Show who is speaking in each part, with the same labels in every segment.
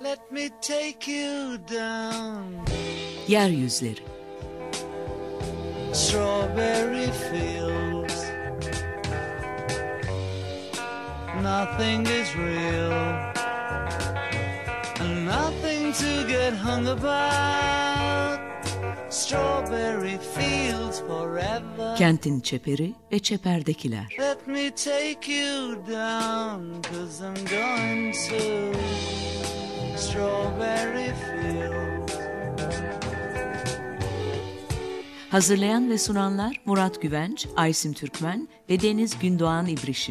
Speaker 1: Let me take you down.
Speaker 2: Yeryüzleri.
Speaker 1: Strawberry fields. Nothing is real. And nothing to get hung about. Strawberry fields forever.
Speaker 2: Kentin çeperi ve çeperdekiler.
Speaker 1: Let me take you down, 'cause I'm going to Strawberry fields.
Speaker 2: Hazırlayan ve sunanlar Murat Güvenç, Aysim Türkmen ve Deniz Gündoğan İbrişim.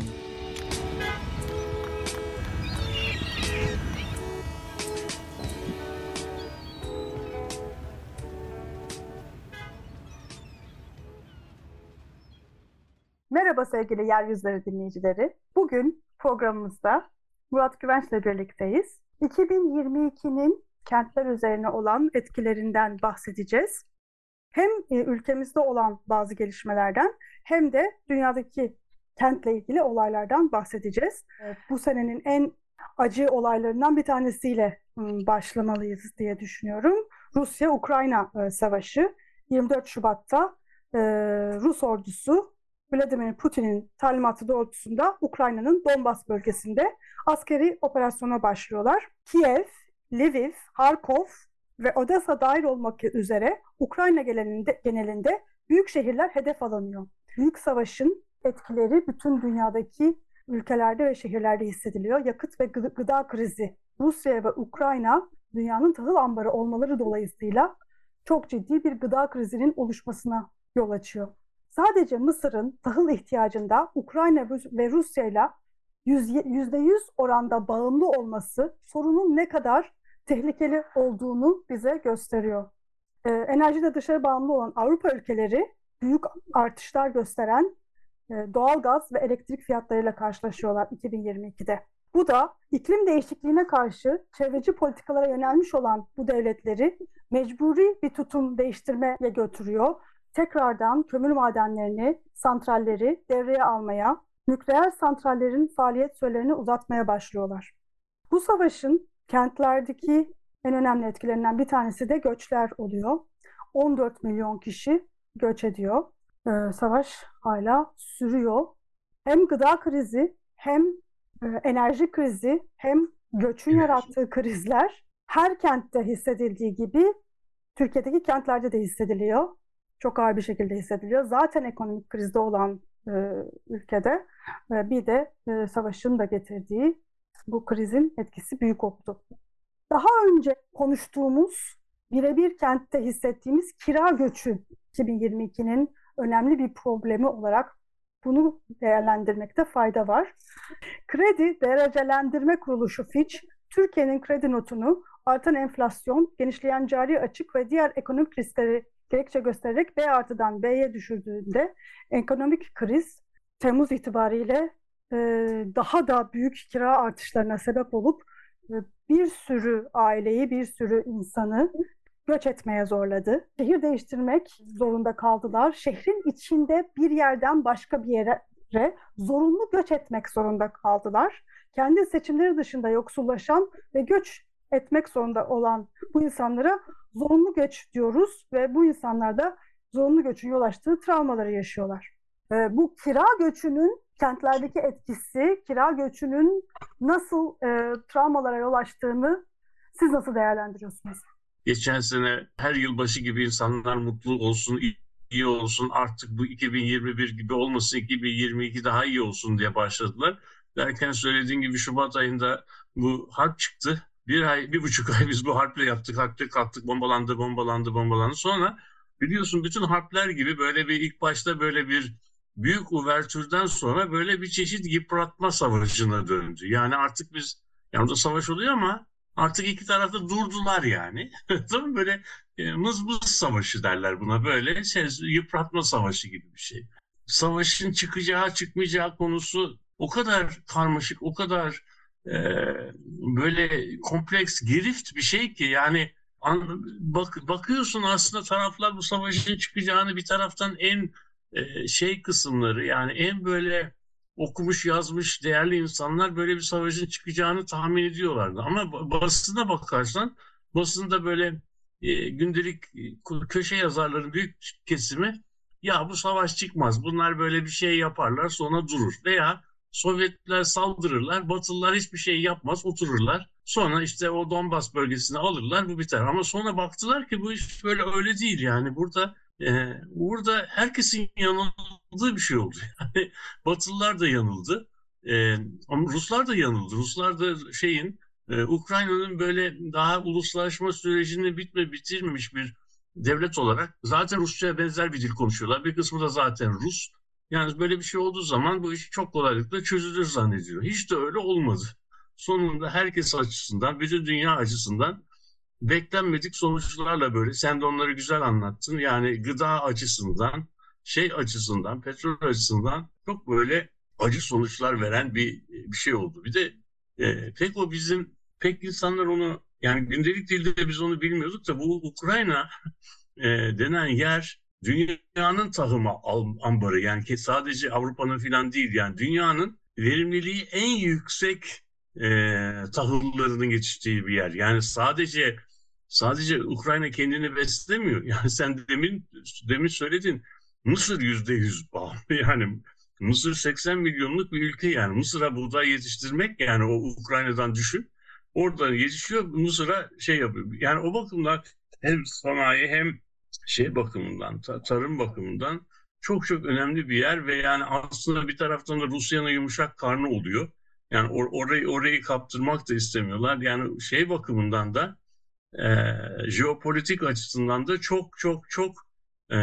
Speaker 3: Merhaba sevgili Yeryüzleri dinleyicileri. Bugün programımızda Murat Güvenç'le birlikteyiz. 2022'nin kentler üzerine olan etkilerinden bahsedeceğiz. Hem ülkemizde olan bazı gelişmelerden hem de dünyadaki kentle ilgili olaylardan bahsedeceğiz. Bu senenin en acı olaylarından bir tanesiyle başlamalıyız diye düşünüyorum. Rusya-Ukrayna savaşı. 24 Şubat'ta Rus ordusu Vladimir Putin'in talimatı doğrultusunda Ukrayna'nın Donbas bölgesinde askeri operasyona başlıyorlar. Kiev, Lviv, Harkov ve Odessa dahil olmak üzere Ukrayna genelinde büyük şehirler hedef alınıyor. Büyük savaşın etkileri bütün dünyadaki ülkelerde ve şehirlerde hissediliyor. Yakıt ve gıda krizi, Rusya ve Ukrayna dünyanın tahıl ambarı olmaları dolayısıyla çok ciddi bir gıda krizinin oluşmasına yol açıyor. Sadece Mısır'ın tahıl ihtiyacında Ukrayna ve Rusya'yla %100 oranda bağımlı olması sorunun ne kadar tehlikeli olduğunu bize gösteriyor. Enerjide dışarı bağımlı olan Avrupa ülkeleri büyük artışlar gösteren doğalgaz ve elektrik fiyatlarıyla karşılaşıyorlar 2022'de. Bu da iklim değişikliğine karşı çevreci politikalara yönelmiş olan bu devletleri mecburi bir tutum değiştirmeye götürüyor. Tekrardan kömür madenlerini, santralleri devreye almaya, nükleer santrallerin faaliyet sürelerini uzatmaya başlıyorlar. Bu savaşın kentlerdeki en önemli etkilerinden bir tanesi de göçler oluyor. 14 milyon kişi göç ediyor. Savaş hala sürüyor. Hem gıda krizi, hem enerji krizi, hem göçün yarattığı krizler her kentte hissedildiği gibi Türkiye'deki kentlerde de hissediliyor. Çok ağır bir şekilde hissediliyor. Zaten ekonomik krizde olan ülkede bir de savaşın da getirdiği bu krizin etkisi büyük oldu. Daha önce konuştuğumuz, birebir kentte hissettiğimiz kira göçü 2022'nin önemli bir problemi olarak bunu değerlendirmekte fayda var. Kredi Derecelendirme Kuruluşu Fitch, Türkiye'nin kredi notunu artan enflasyon, genişleyen cari açık ve diğer ekonomik riskleri gerekçe göstererek B artıdan B'ye düşürdüğünde ekonomik kriz Temmuz itibariyle daha da büyük kira artışlarına sebep olup bir sürü aileyi, bir sürü insanı göç etmeye zorladı. Şehir değiştirmek zorunda kaldılar. Şehrin içinde bir yerden başka bir yere zorunlu göç etmek zorunda kaldılar. Kendi seçimleri dışında yoksullaşan ve göç etmek zorunda olan bu insanlara zorunlu göç diyoruz ve bu insanlar da zorunlu göçün yol açtığı travmaları yaşıyorlar. Bu kira göçünün kentlerdeki etkisi, kira göçünün nasıl travmalara yol açtığını siz nasıl değerlendiriyorsunuz?
Speaker 4: Geçen sene her yılbaşı gibi insanlar mutlu olsun, iyi olsun, artık bu 2021 gibi olmasın, 2022 daha iyi olsun diye başladılar. Derken söylediğin gibi Şubat ayında bu harp çıktı. Bir ay, 1,5 ay biz bu harple yaptık, kalktık, bombalandı. Sonra biliyorsun bütün harpler gibi böyle bir ilk başta böyle bir büyük uvertürden sonra böyle bir çeşit yıpratma savaşına döndü. Yani artık biz, yani orada savaş oluyor ama artık iki tarafta durdular yani. Tabii böyle mız savaşı derler buna, böyle yıpratma savaşı gibi bir şey. Savaşın çıkacağı çıkmayacağı konusu o kadar karmaşık, o kadar böyle kompleks, girift bir şey ki yani bakıyorsun aslında taraflar bu savaşın çıkacağını bir taraftan en kısımları, yani en böyle okumuş yazmış değerli insanlar böyle bir savaşın çıkacağını tahmin ediyorlardı. Ama basına bakarsan basında böyle gündelik köşe yazarların büyük kesimi ya bu savaş çıkmaz, bunlar böyle bir şey yaparlar sonra durur veya Sovyetler saldırırlar, Batılılar hiçbir şey yapmaz, otururlar. Sonra işte o Donbas bölgesini alırlar, bu biter. Ama sonra baktılar ki bu iş böyle öyle değil yani burada herkesin yanıldığı bir şey oldu. Yani Batılılar da yanıldı. Ama Ruslar da yanıldı. Ruslar da Ukrayna'nın böyle daha uluslaşma sürecini bitirmemiş bir devlet olarak zaten Rusça'ya benzer bir dil konuşuyorlar. Bir kısmı da zaten Rus. Yani böyle bir şey olduğu zaman bu iş çok kolaylıkla çözülür zannediyor. Hiç de öyle olmadı. Sonunda herkes açısından, bütün dünya açısından beklenmedik sonuçlarla böyle. Sen de onları güzel anlattın. Yani gıda açısından, açısından, petrol açısından çok böyle acı sonuçlar veren bir şey oldu. Bir de pek insanlar onu yani gündelik dilde biz onu bilmiyorduk da bu Ukrayna denen yer dünyanın tahımı ambarı yani sadece Avrupa'nın filan değil yani dünyanın verimliliği en yüksek tahıllarının yetiştiği bir yer. Yani sadece Ukrayna kendini beslemiyor. Yani sen demin söyledin Mısır %100 bağımlı yani Mısır 80 milyonluk bir ülke yani Mısır'a buğday yetiştirmek yani o Ukrayna'dan düşün. Orada yetişiyor Mısır'a yapıyor. Yani o bakımdan hem sanayi hem bakımından, tarım bakımından çok çok önemli bir yer ve yani aslında bir taraftan da Rusya'nın yumuşak karnı oluyor. Yani orayı kaptırmak da istemiyorlar. Yani bakımından da jeopolitik açısından da çok çok çok e,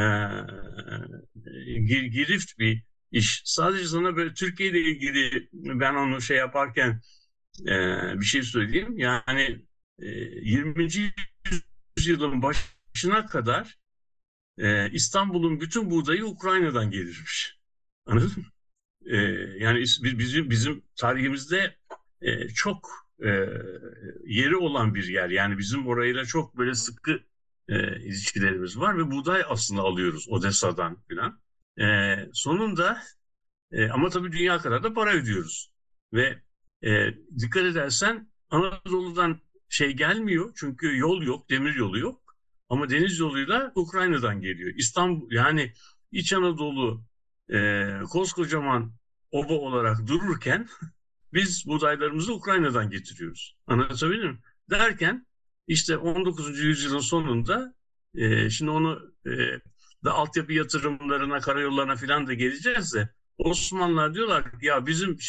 Speaker 4: girift bir iş. Sadece sana böyle Türkiye ile ilgili ben onu yaparken bir şey söyleyeyim. Yani 20. yüzyılın başına kadar İstanbul'un bütün buğdayı Ukrayna'dan gelirmiş. Anladın mı? Yani bizim tarihimizde çok yeri olan bir yer. Yani bizim orayla çok böyle sıkı ilişkilerimiz var ve buğday aslında alıyoruz Odessa'dan falan. Sonunda ama tabii dünya kadar da para ödüyoruz. Ve dikkat edersen Anadolu'dan gelmiyor çünkü yol yok, demir yolu yok. Ama deniz yoluyla Ukrayna'dan geliyor. İstanbul yani İç Anadolu koskocaman ova olarak dururken biz buğdaylarımızı Ukrayna'dan getiriyoruz. Anlatabildim mi? Derken işte 19. yüzyılın sonunda şimdi onu da altyapı yatırımlarına, karayollarına falan da geleceğiz de Osmanlılar diyorlar ki ya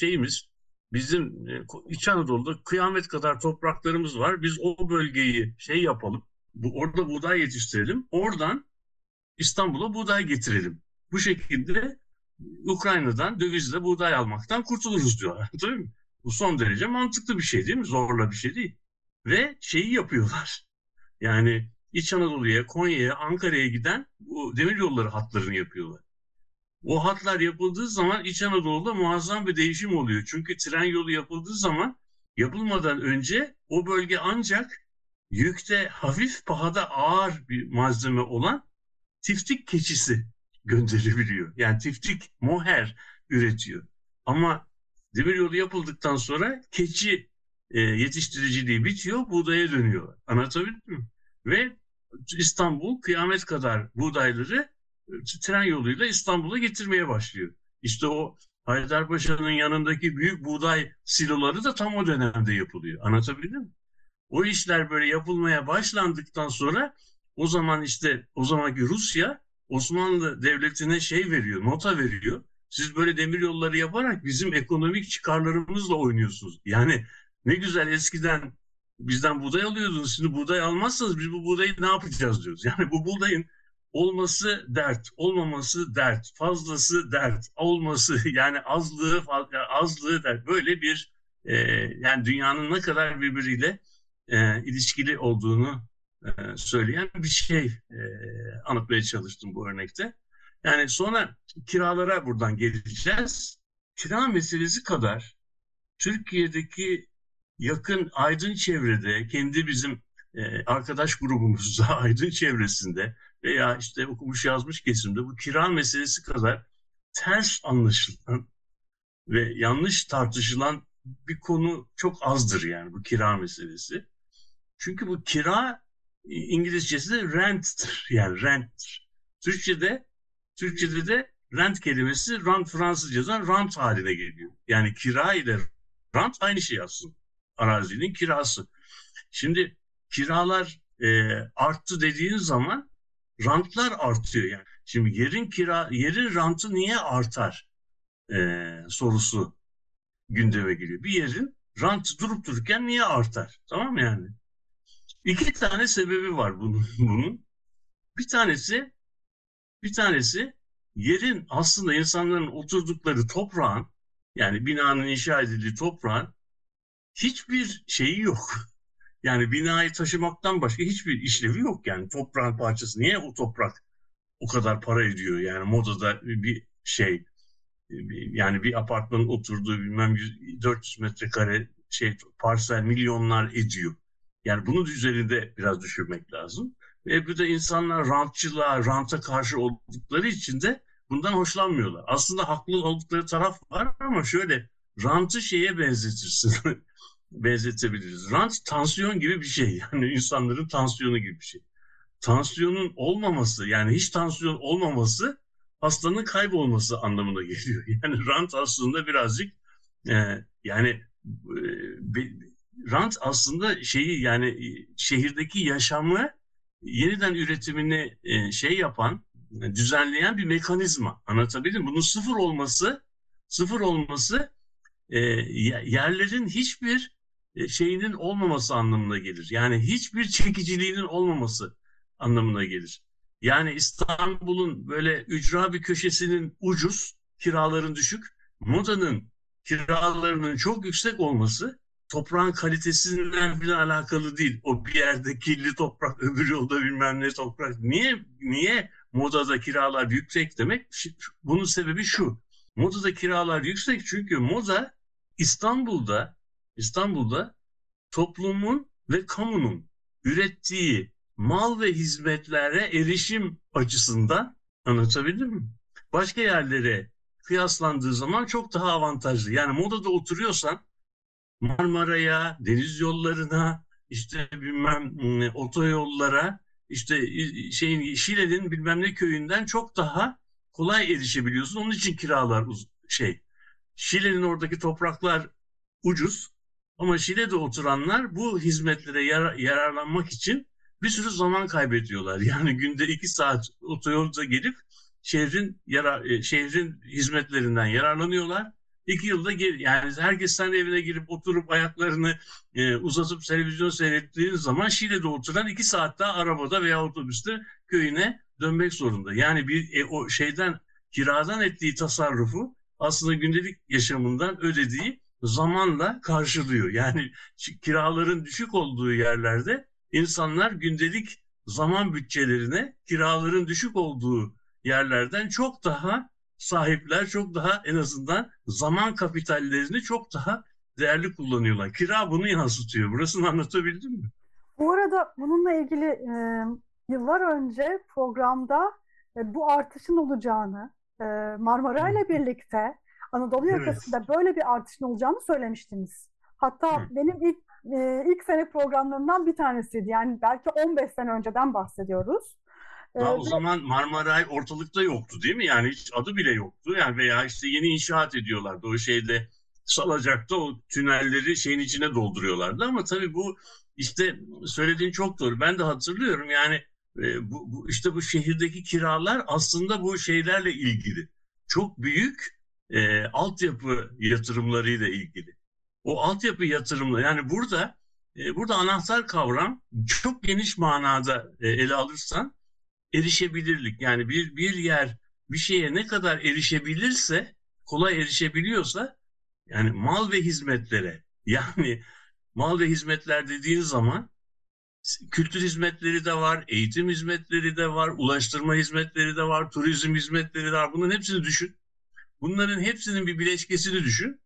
Speaker 4: bizim İç Anadolu'da kıyamet kadar topraklarımız var. Biz o bölgeyi yapalım. Orada buğday yetiştirelim. Oradan İstanbul'a buğday getirelim. Bu şekilde Ukrayna'dan dövizle buğday almaktan kurtuluruz diyorlar. Tabii mi? Bu son derece mantıklı bir şey değil mi? Zorla bir şey değil. Ve yapıyorlar. Yani İç Anadolu'ya, Konya'ya, Ankara'ya giden bu demir yolları hatlarını yapıyorlar. O hatlar yapıldığı zaman İç Anadolu'da muazzam bir değişim oluyor. Çünkü tren yolu yapıldığı zaman yapılmadan önce o bölge ancak yükte hafif, pahada ağır bir malzeme olan tiftik keçisi gönderebiliyor. Yani tiftik moher üretiyor. Ama demiryolu yapıldıktan sonra keçi yetiştiriciliği bitiyor, buğdaya dönüyor. Anlatabildim mi? Ve İstanbul kıyamet kadar buğdayları tren yoluyla İstanbul'a getirmeye başlıyor. İşte o Haydarpaşa'nın yanındaki büyük buğday siloları da tam o dönemde yapılıyor. Anlatabildim mi? O işler böyle yapılmaya başlandıktan sonra o zamanki Rusya Osmanlı Devleti'ne veriyor, nota veriyor. Siz böyle demir yolları yaparak bizim ekonomik çıkarlarımızla oynuyorsunuz. Yani ne güzel eskiden bizden buğday alıyordunuz. Şimdi buğday almazsanız biz bu buğdayı ne yapacağız diyoruz. Yani bu buğdayın olması dert, olmaması dert, fazlası dert, olması yani azlığı dert. Böyle bir yani dünyanın ne kadar birbiriyle ilişkili olduğunu söyleyen bir anlatmaya çalıştım bu örnekte. Yani sonra kiralara buradan geleceğiz. Kira meselesi kadar Türkiye'deki yakın Aydın çevrede, kendi bizim arkadaş grubumuzda Aydın çevresinde veya okumuş yazmış kesimde bu kira meselesi kadar ters anlaşılan ve yanlış tartışılan bir konu çok azdır yani bu kira meselesi. Çünkü bu kira İngilizcesi de rent'tir. Yani rent'tir. Türkçe'de de rent kelimesi rant Fransızcadan rant haline geliyor. Yani kira ile rant aynı şey aslında. Arazinin kirası. Şimdi kiralar arttı dediğin zaman rantlar artıyor yani. Şimdi yerin rantı niye artar sorusu gündeme geliyor. Bir yerin rantı durup dururken niye artar? Tamam mı yani? İki tane sebebi var bunun. Bir tanesi yerin aslında insanların oturdukları toprağın, yani binanın inşa edildiği toprağın hiçbir şeyi yok. Yani binayı taşımaktan başka hiçbir işlevi yok yani toprağın parçası. Niye o toprak o kadar para ediyor? Yani modada bir şey, yani bir apartmanın oturduğu bilmem 400 metrekare parsel milyonlar ediyor. Yani bunun üzerinde biraz düşünmek lazım. Ve bu da insanlar ranta karşı oldukları için de bundan hoşlanmıyorlar. Aslında haklı oldukları taraf var ama şöyle rantı şeye benzetebiliriz. Rant tansiyon gibi bir şey. Yani insanların tansiyonu gibi bir şey. Tansiyonun olmaması, yani hiç tansiyon olmaması hastanın kaybolması anlamına geliyor. Yani rant aslında birazcık yani rant aslında şehirdeki yaşamı yeniden üretimini düzenleyen bir mekanizma. Anlatabildim mi? Bunun sıfır olması yerlerin hiçbir şeyinin olmaması anlamına gelir. Yani hiçbir çekiciliğinin olmaması anlamına gelir. Yani İstanbul'un böyle ücra bir köşesinin ucuz, kiraların düşük, modanın kiralarının çok yüksek olması toprağın kalitesinden bile alakalı değil. O bir yerde kirli toprak, öbür yolda bilmem ne toprak. Niye modada kiralar yüksek demek? Bunun sebebi şu. Modada kiralar yüksek çünkü moda İstanbul'da toplumun ve kamunun ürettiği mal ve hizmetlere erişim açısından, anlatabildim mi? Başka yerlere kıyaslandığı zaman çok daha avantajlı. Yani modada oturuyorsan Marmara'ya, deniz yollarına, işte bilmem otoyollara, işte Şile'nin bilmem ne köyünden çok daha kolay erişebiliyorsun. Onun için kiralar Şile'nin oradaki topraklar ucuz ama Şile'de oturanlar bu hizmetlere yararlanmak için bir sürü zaman kaybediyorlar. Yani günde 2 saat otoyolda gelip şehrin hizmetlerinden yararlanıyorlar. 2 yılda yani herkes sen evine girip oturup ayaklarını uzatıp televizyon seyrettiğin zaman Şile'de oturan 2 saat daha arabada veya otobüste köyüne dönmek zorunda. Yani o kiradan ettiği tasarrufu aslında gündelik yaşamından ödediği zamanla karşılıyor. Yani kiraların düşük olduğu yerlerde insanlar gündelik zaman bütçelerine kiraların düşük olduğu yerlerden çok daha sahipler, çok daha en azından zaman kapitallerini çok daha değerli kullanıyorlar. Kira bunu yansıtıyor. Burasını anlatabildim mi?
Speaker 3: Bu arada bununla ilgili yıllar önce programda bu artışın olacağını, Marmara ile birlikte Anadolu yakasında böyle bir artışın olacağını söylemiştiniz. Hatta benim ilk sene programlarından bir tanesiydi. Yani belki 15 sene önceden bahsediyoruz.
Speaker 4: Daha o zaman Marmaray ortalıkta yoktu değil mi? Yani hiç adı bile yoktu. Yani veya işte yeni inşaat ediyorlardı. O Salacak'ta o tünelleri içine dolduruyorlardı. Ama tabii bu işte söylediğin çok doğru. Ben de hatırlıyorum. Yani bu şehirdeki kiralar aslında bu şeylerle ilgili. Çok büyük altyapı yatırımlarıyla ilgili. O altyapı yatırımları, yani burada anahtar kavram çok geniş manada ele alırsan erişebilirlik. Yani bir yer bir şeye ne kadar erişebilirse, kolay erişebiliyorsa, yani mal ve hizmetlere, yani mal ve hizmetler dediğin zaman kültür hizmetleri de var, eğitim hizmetleri de var, ulaştırma hizmetleri de var, turizm hizmetleri de var. Bunların hepsini düşün. Bunların hepsinin bir bileşkesini düşün.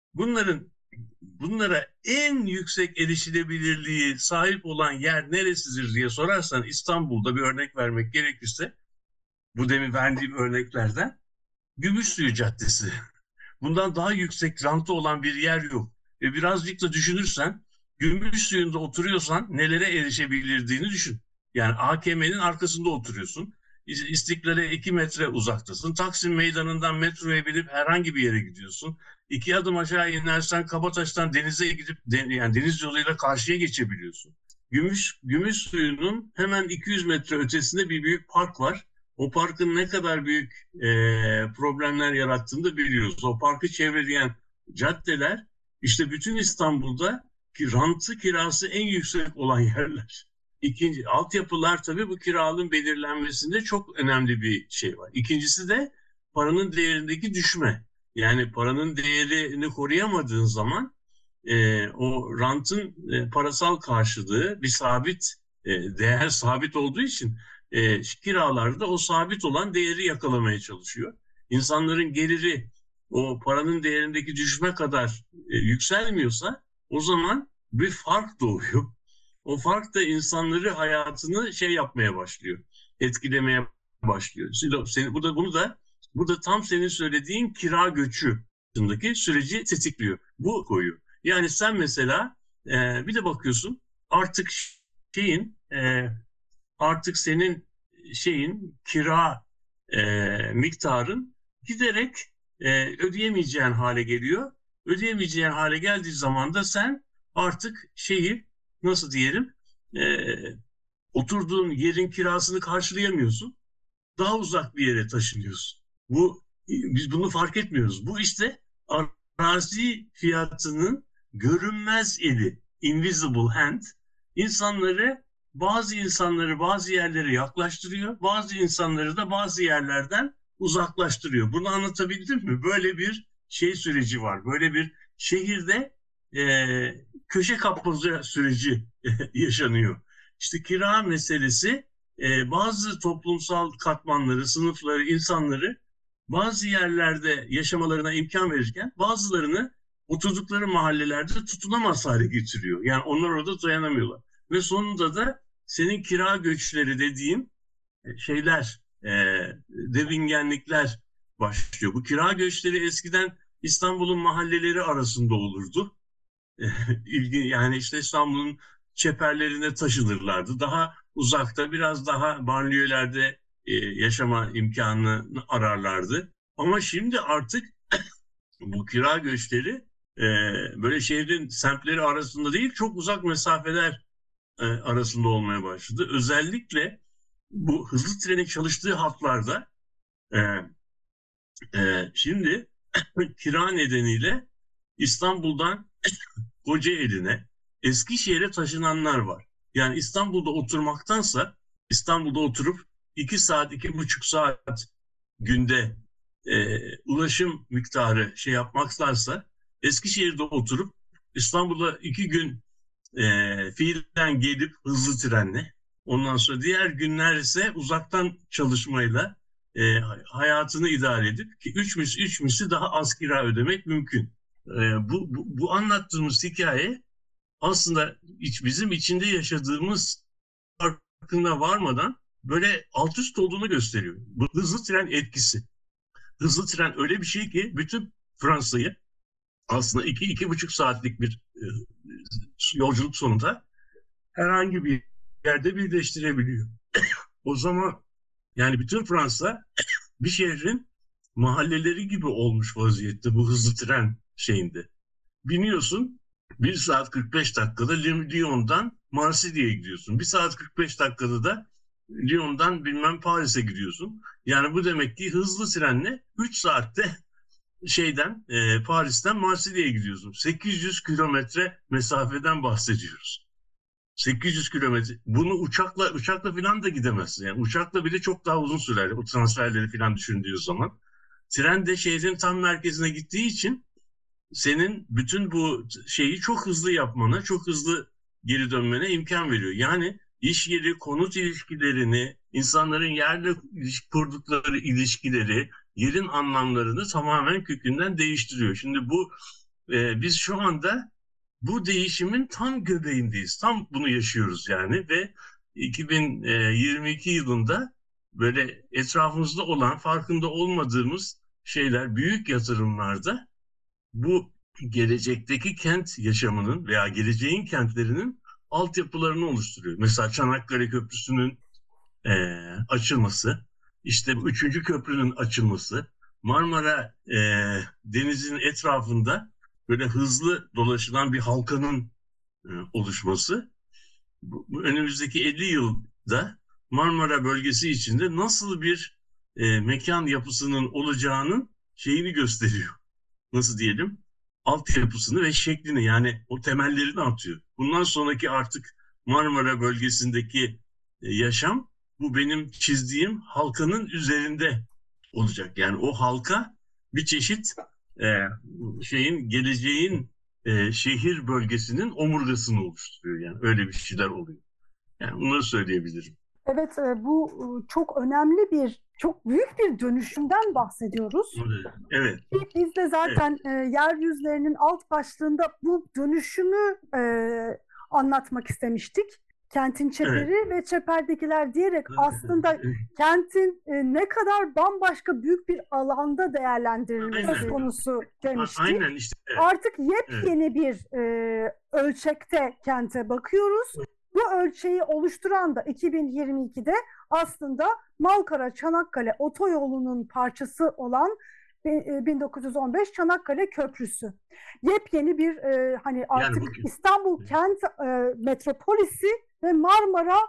Speaker 4: Bunlara en yüksek erişilebilirliği sahip olan yer neresidir diye sorarsan, İstanbul'da bir örnek vermek gerekirse, bu demin verdiğim örneklerden Gümüşsuyu Caddesi. bundan daha yüksek rantı olan bir yer yok. Birazcık da düşünürsen, gümüş suyunda oturuyorsan nelere erişebilirdiğini düşün. Yani AKM'nin arkasında oturuyorsun. İstiklal'e 2 metre uzaktasın. Taksim Meydanı'ndan metroya binip herhangi bir yere gidiyorsun. 2 adım aşağı inersen Kabataş'tan denize gidip yani deniz yoluyla karşıya geçebiliyorsun. Gümüş suyunun hemen 200 metre ötesinde bir büyük park var. O parkın ne kadar büyük problemler yarattığını da biliyoruz. O parkı çevreleyen caddeler işte bütün İstanbul'da rantı kirası en yüksek olan yerler. İkinci, altyapılar tabii bu kiranın belirlenmesinde çok önemli bir şey var. İkincisi de paranın değerindeki düşme. Yani paranın değerini koruyamadığın zaman o rantın parasal karşılığı bir sabit değer sabit olduğu için kiralarda o sabit olan değeri yakalamaya çalışıyor. İnsanların geliri o paranın değerindeki düşme kadar yükselmiyorsa o zaman bir fark doğuyor. O fark da insanları hayatını yapmaya başlıyor, etkilemeye başlıyor. Burada tam senin söylediğin kira göçündeki süreci tetikliyor. Bu koyuyor. Yani sen mesela bir de bakıyorsun artık senin kira miktarın giderek ödeyemeyeceğin hale geliyor. Ödeyemeyeceğin hale geldiği zaman da sen artık nasıl diyelim oturduğun yerin kirasını karşılayamıyorsun. Daha uzak bir yere taşınıyorsun. Biz bunu fark etmiyoruz. Bu işte arazi fiyatının görünmez eli, invisible hand, bazı insanları bazı yerlere yaklaştırıyor, bazı insanları da bazı yerlerden uzaklaştırıyor. Bunu anlatabildim mi? Böyle bir süreci var. Böyle bir şehirde köşe kapmaca süreci yaşanıyor. İşte kira meselesi bazı toplumsal katmanları, sınıfları, insanları bazı yerlerde yaşamalarına imkan verirken bazılarını oturdukları mahallelerde tutunamaz hale getiriyor. Yani onlar orada dayanamıyorlar. Ve sonunda da senin kira göçleri dediğin devingenlikler başlıyor. Bu kira göçleri eskiden İstanbul'un mahalleleri arasında olurdu. Yani işte İstanbul'un çeperlerine taşınırlardı. Daha uzakta, biraz daha banliyölerde yaşama imkanını ararlardı. Ama şimdi artık bu kira göçleri böyle şehrin semtleri arasında değil, çok uzak mesafeler arasında olmaya başladı. Özellikle bu hızlı trenin çalıştığı hatlarda şimdi kira nedeniyle İstanbul'dan Kocaeli'ne, Eskişehir'e taşınanlar var. Yani İstanbul'da oturmaktansa İstanbul'da oturup 2 saat, 2,5 saat günde ulaşım miktarı yapmaklarsa Eskişehir'de oturup İstanbul'a 2 gün fiilen gelip hızlı trenle, ondan sonra diğer günler ise uzaktan çalışmayla hayatını idare edip ki 3 misli daha az kira ödemek mümkün. Bu anlattığımız hikaye aslında bizim içinde yaşadığımız farkına varmadan böyle alt üst olduğunu gösteriyor. Bu hızlı tren etkisi. Hızlı tren öyle bir şey ki bütün Fransa'yı aslında 2,5 saatlik bir yolculuk sonunda herhangi bir yerde birleştirebiliyor. O zaman yani bütün Fransa bir şehrin mahalleleri gibi olmuş vaziyette bu hızlı tren şeyinde. Biniyorsun 1 saat 45 dakikada Lyon'dan Marsilya'ya gidiyorsun. 1 saat 45 dakikada da Lyon'dan Paris'e gidiyorsun. Yani bu demek ki hızlı trenle 3 saatte Paris'ten Marsilya'ya gidiyorsun. 800 kilometre mesafeden bahsediyoruz. 800 kilometre. Bunu uçakla falan da gidemezsin. Yani uçakla bile çok daha uzun sürer. O transferleri falan düşündüğü zaman. Tren de şehrin tam merkezine gittiği için senin bütün bu çok hızlı yapmana, çok hızlı geri dönmene imkan veriyor. Yani iş yeri, konut ilişkilerini, insanların yerle kurdukları ilişkileri, yerin anlamlarını tamamen kökünden değiştiriyor. Şimdi biz şu anda bu değişimin tam göbeğindeyiz. Tam bunu yaşıyoruz yani ve 2022 yılında böyle etrafımızda olan, farkında olmadığımız şeyler, büyük yatırımlarda bu gelecekteki kent yaşamının veya geleceğin kentlerinin altyapılarını oluşturuyor. Mesela Çanakkale Köprüsü'nün açılması, işte üçüncü köprünün açılması, Marmara Denizi'nin etrafında böyle hızlı dolaşılan bir halkanın oluşması, önümüzdeki 50 yılda Marmara bölgesi içinde nasıl bir mekan yapısının olacağının şeyini gösteriyor. Nasıl diyelim? Altyapısını ve şeklini, yani o temellerini atıyor. Bundan sonraki artık Marmara bölgesindeki yaşam bu benim çizdiğim halkanın üzerinde olacak. Yani o halka bir çeşit geleceğin şehir bölgesinin omurgasını oluşturuyor. Yani öyle bir şeyler oluyor. Yani bunları söyleyebilirim.
Speaker 3: Evet, bu çok önemli çok büyük bir dönüşümden bahsediyoruz.
Speaker 4: Evet.
Speaker 3: Biz de zaten yeryüzlerinin alt başlığında bu dönüşümü anlatmak istemiştik. Kentin çeperi ve çeperdekiler diyerek aslında kentin ne kadar bambaşka büyük bir alanda değerlendirilmesi konusu demiştik.
Speaker 4: Aynen işte.
Speaker 3: Artık yepyeni bir ölçekte kente bakıyoruz. Bu ölçeği oluşturan da 2022'de aslında Malkara-Çanakkale otoyolunun parçası olan 1915 Çanakkale Köprüsü. Yepyeni bir hani artık yani İstanbul kent metropolisi ve Marmara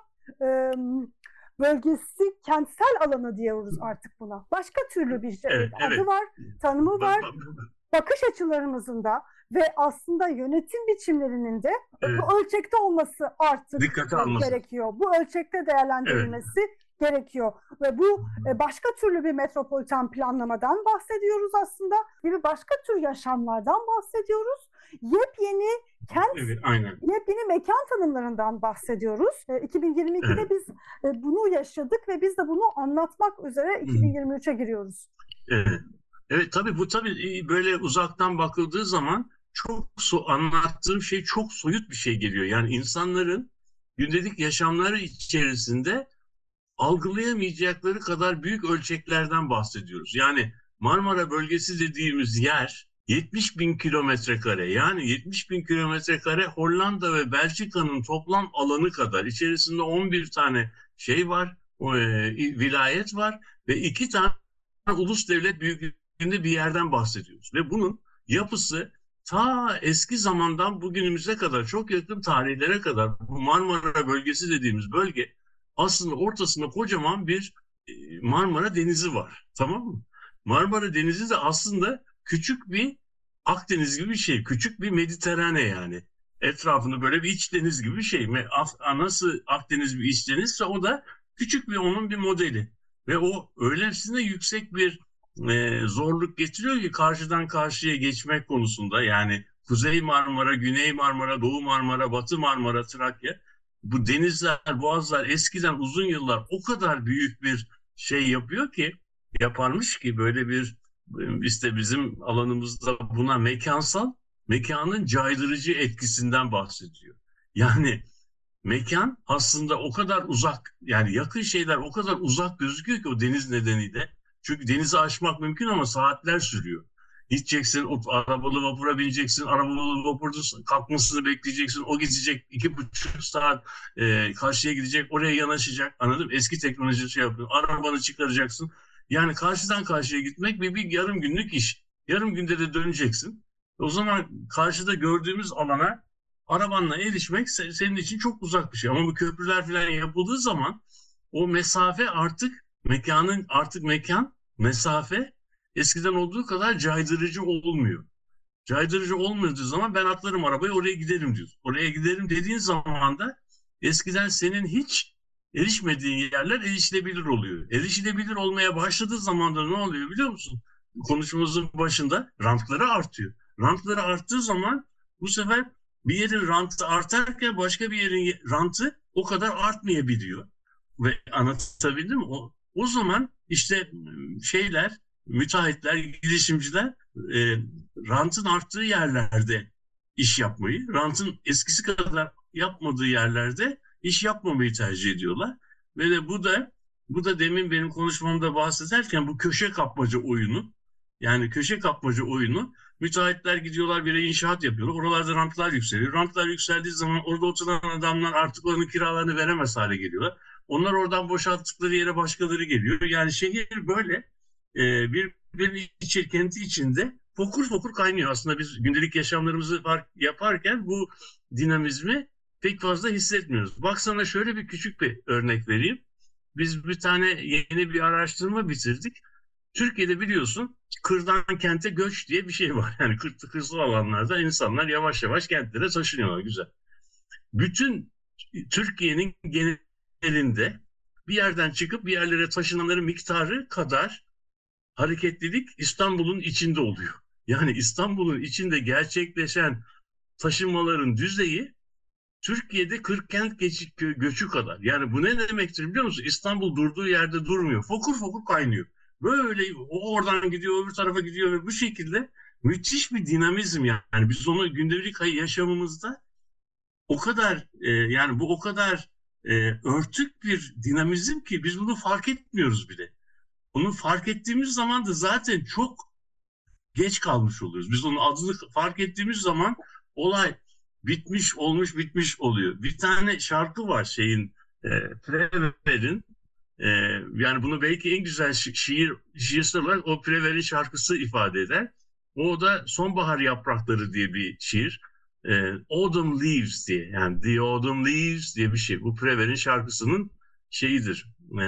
Speaker 3: bölgesi kentsel alanı diyoruz artık buna. Başka türlü bir adı var, tanımı var. Bakış açılarımızın da ve aslında yönetim biçimlerinin de bu ölçekte olması artık gerekiyor. Bu ölçekte değerlendirilmesi gerekiyor. Ve bu başka türlü bir metropoliten planlamadan bahsediyoruz aslında. Gibi başka tür yaşamlardan bahsediyoruz. Yepyeni kent, yepyeni mekan tanımlarından bahsediyoruz. 2022'de biz bunu yaşadık ve biz de bunu anlatmak üzere 2023'e giriyoruz.
Speaker 4: Evet, tabii bu böyle uzaktan bakıldığı zaman anlattığım şey çok soyut bir şey geliyor. Yani insanların gündelik yaşamları içerisinde algılayamayacakları kadar büyük ölçeklerden bahsediyoruz. Yani Marmara bölgesi dediğimiz yer 70.000 kilometre kare. Yani 70.000 kilometre kare Hollanda ve Belçika'nın toplam alanı kadar. İçerisinde 11 tane var, vilayet var ve 2 tane ulus devlet büyüklüğünde bir yerden bahsediyoruz. Ve bunun yapısı ta eski zamandan bugünümüze kadar, çok yakın tarihlere kadar bu Marmara bölgesi dediğimiz bölge aslında ortasında kocaman bir Marmara Denizi var. Tamam mı? Marmara Denizi de aslında küçük bir Akdeniz gibi bir şey. Küçük bir Mediterane yani. Etrafında böyle bir iç deniz gibi bir şey. Nasıl Akdeniz bir iç denizse o da küçük onun bir modeli. Ve o öylesine yüksek bir zorluk getiriyor ki karşıdan karşıya geçmek konusunda. Yani Kuzey Marmara, Güney Marmara, Doğu Marmara, Batı Marmara, Trakya. Bu denizler, boğazlar eskiden uzun yıllar o kadar büyük bir şey yaparmış ki böyle bir işte bizim alanımızda buna mekanın caydırıcı etkisinden bahsediyor. Yani mekan aslında o kadar uzak, yani yakın şeyler o kadar uzak gözüküyor ki o deniz nedeniyle. Çünkü denizi aşmak mümkün ama saatler sürüyor. Gideceksin, arabalı vapura bineceksin, arabalı vapurda kalkmasını bekleyeceksin, o gidecek 2,5 saat karşıya gidecek, oraya yanaşacak, anladın mı? Eski teknoloji yapıyor, arabanı çıkaracaksın. Yani karşıdan karşıya gitmek bir yarım günlük iş. Yarım günde de döneceksin. O zaman karşıda gördüğümüz alana arabanla erişmek senin için çok uzak bir şey. Ama bu köprüler falan yapıldığı zaman o mesafe mesafe eskiden olduğu kadar caydırıcı olmuyor. Caydırıcı olmadığı zaman ben atlarım arabaya, oraya giderim diyorsun. Oraya giderim dediğin zaman da eskiden senin hiç erişmediğin yerler erişilebilir oluyor. Erişilebilir olmaya başladığı zaman da ne oluyor biliyor musun? Konuşmamızın başında rantları artıyor. Rantları arttığı zaman bu sefer bir yerin rantı artarken başka bir yerin rantı o kadar artmayabiliyor. Ve anlatabildim mi? O zaman işte müteahhitler, girişimciler rantın arttığı yerlerde iş yapmayı, rantın eskisi kadar yapmadığı yerlerde iş yapmamayı tercih ediyorlar. Ve de bu da demin benim konuşmamda bahsederken bu köşe kapmaca oyunu, Yani köşe kapmaca oyunu. Müteahhitler gidiyorlar, bir inşaat yapıyorlar. Oralarda rantlar yükseliyor. Rantlar yükseldiği zaman orada oturan adamlar artık oranın kiralarını veremez hale geliyorlar. Onlar oradan boşalttıkları yere başkaları geliyor. Yani şehir böyle bir kenti içinde fokur fokur kaynıyor. Aslında biz gündelik yaşamlarımızı yaparken bu dinamizmi pek fazla hissetmiyoruz. Baksana, şöyle bir küçük bir örnek vereyim. Biz bir tane yeni bir araştırma bitirdik. Türkiye'de biliyorsun kırdan kente göç diye bir şey var. Yani kırsal alanlarda insanlar yavaş yavaş kentlere taşınıyorlar. Güzel. Bütün Türkiye'nin genelinde bir yerden çıkıp bir yerlere taşınanların miktarı kadar hareketlilik İstanbul'un içinde oluyor. Yani İstanbul'un içinde gerçekleşen taşınmaların düzeyi Türkiye'de 40 kent göçü kadar. Yani bu ne demektir biliyor musun? İstanbul durduğu yerde durmuyor. Fokur fokur kaynıyor. Böyle o oradan gidiyor, öbür tarafa gidiyor ve bu şekilde müthiş bir dinamizm yani. Biz onu gündelik yaşamımızda o kadar yani bu o kadar örtük bir dinamizm ki biz bunu fark etmiyoruz bile. Bunu fark ettiğimiz zaman da zaten çok geç kalmış oluyoruz. Biz onun adını fark ettiğimiz zaman olay bitmiş bitmiş oluyor. Bir tane şarkı var Prever'in. Yani bunu belki en güzel şiirsel olarak o Prever'in şarkısı ifade eder. O da Sonbahar Yaprakları diye bir şiir. Autumn Leaves diye, yani The Autumn Leaves diye bir şey. Bu Prever'in şarkısının şeyidir.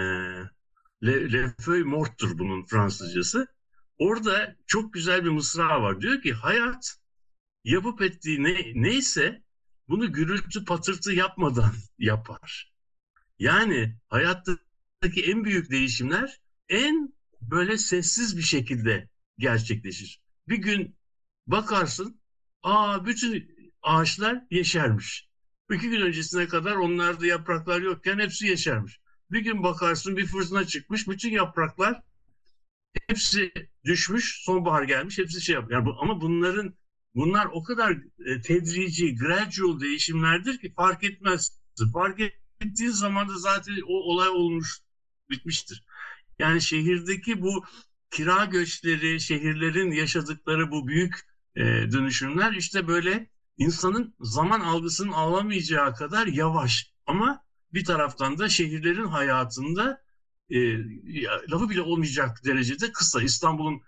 Speaker 4: Le Feuille Morte'tur bunun Fransızcası. Orada çok güzel bir mısra var. Diyor ki hayat yapıp ettiği neyse bunu gürültü patırtı yapmadan yapar. Yani hayattaki en büyük değişimler en böyle sessiz bir şekilde gerçekleşir. Bir gün bakarsın, bütün ağaçlar yeşermiş. 2 gün öncesine kadar onlarda yapraklar yokken hepsi yeşermiş. Bir gün bakarsın bir fırtına çıkmış, bütün yapraklar hepsi düşmüş, sonbahar gelmiş, hepsi şey yapıyor. Yani ama bunlar o kadar tedrici, gradual değişimlerdir ki fark etmez. Fark ettiğin zaman da zaten o olay olmuş, bitmiştir. Yani şehirdeki bu kira göçleri, şehirlerin yaşadıkları bu büyük dönüşümler işte böyle insanın zaman algısının alamayacağı kadar yavaş. Ama bir taraftan da şehirlerin hayatında lafı bile olmayacak derecede kısa. İstanbul'un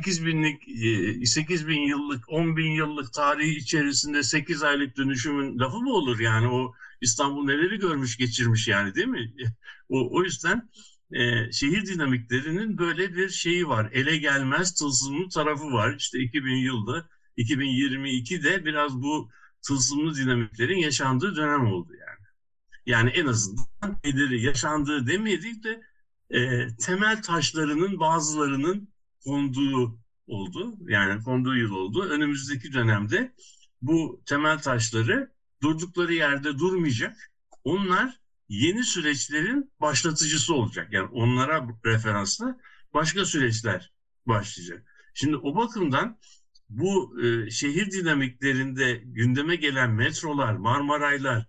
Speaker 4: 8 bin yıllık, 10 bin yıllık tarihi içerisinde 8 aylık dönüşümün lafı mı olur? Yani o İstanbul neleri görmüş geçirmiş yani, değil mi? O yüzden şehir dinamiklerinin böyle bir şeyi var. Ele gelmez tılsımlı tarafı var. İşte 2000 yılda, 2022'de biraz bu tılsımlı dinamiklerin yaşandığı dönem oldu yani. Yani en azından yaşandığı demeyelim de temel taşlarının bazılarının konduğu oldu. Yani konduğu yıl oldu. Önümüzdeki dönemde bu temel taşları durdukları yerde durmayacak. Onlar yeni süreçlerin başlatıcısı olacak. Yani onlara referansla başka süreçler başlayacak. Şimdi o bakımdan bu şehir dinamiklerinde gündeme gelen metrolar, Marmaraylar,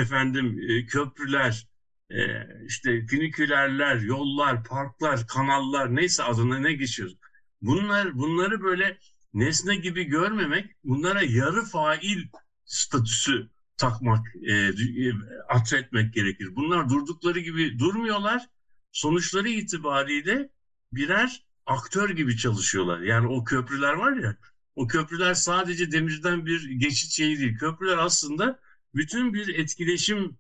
Speaker 4: köprüler, işte fünikülerler, yollar, parklar, kanallar, neyse adına ne geçiyor. Bunları böyle nesne gibi görmemek, bunlara yarı fail statüsü takmak, atfetmek gerekir. Bunlar durdukları gibi durmuyorlar. Sonuçları itibariyle birer aktör gibi çalışıyorlar. Yani o köprüler var ya, o köprüler sadece demirden bir geçit şeyi değil. Köprüler aslında bütün bir etkileşim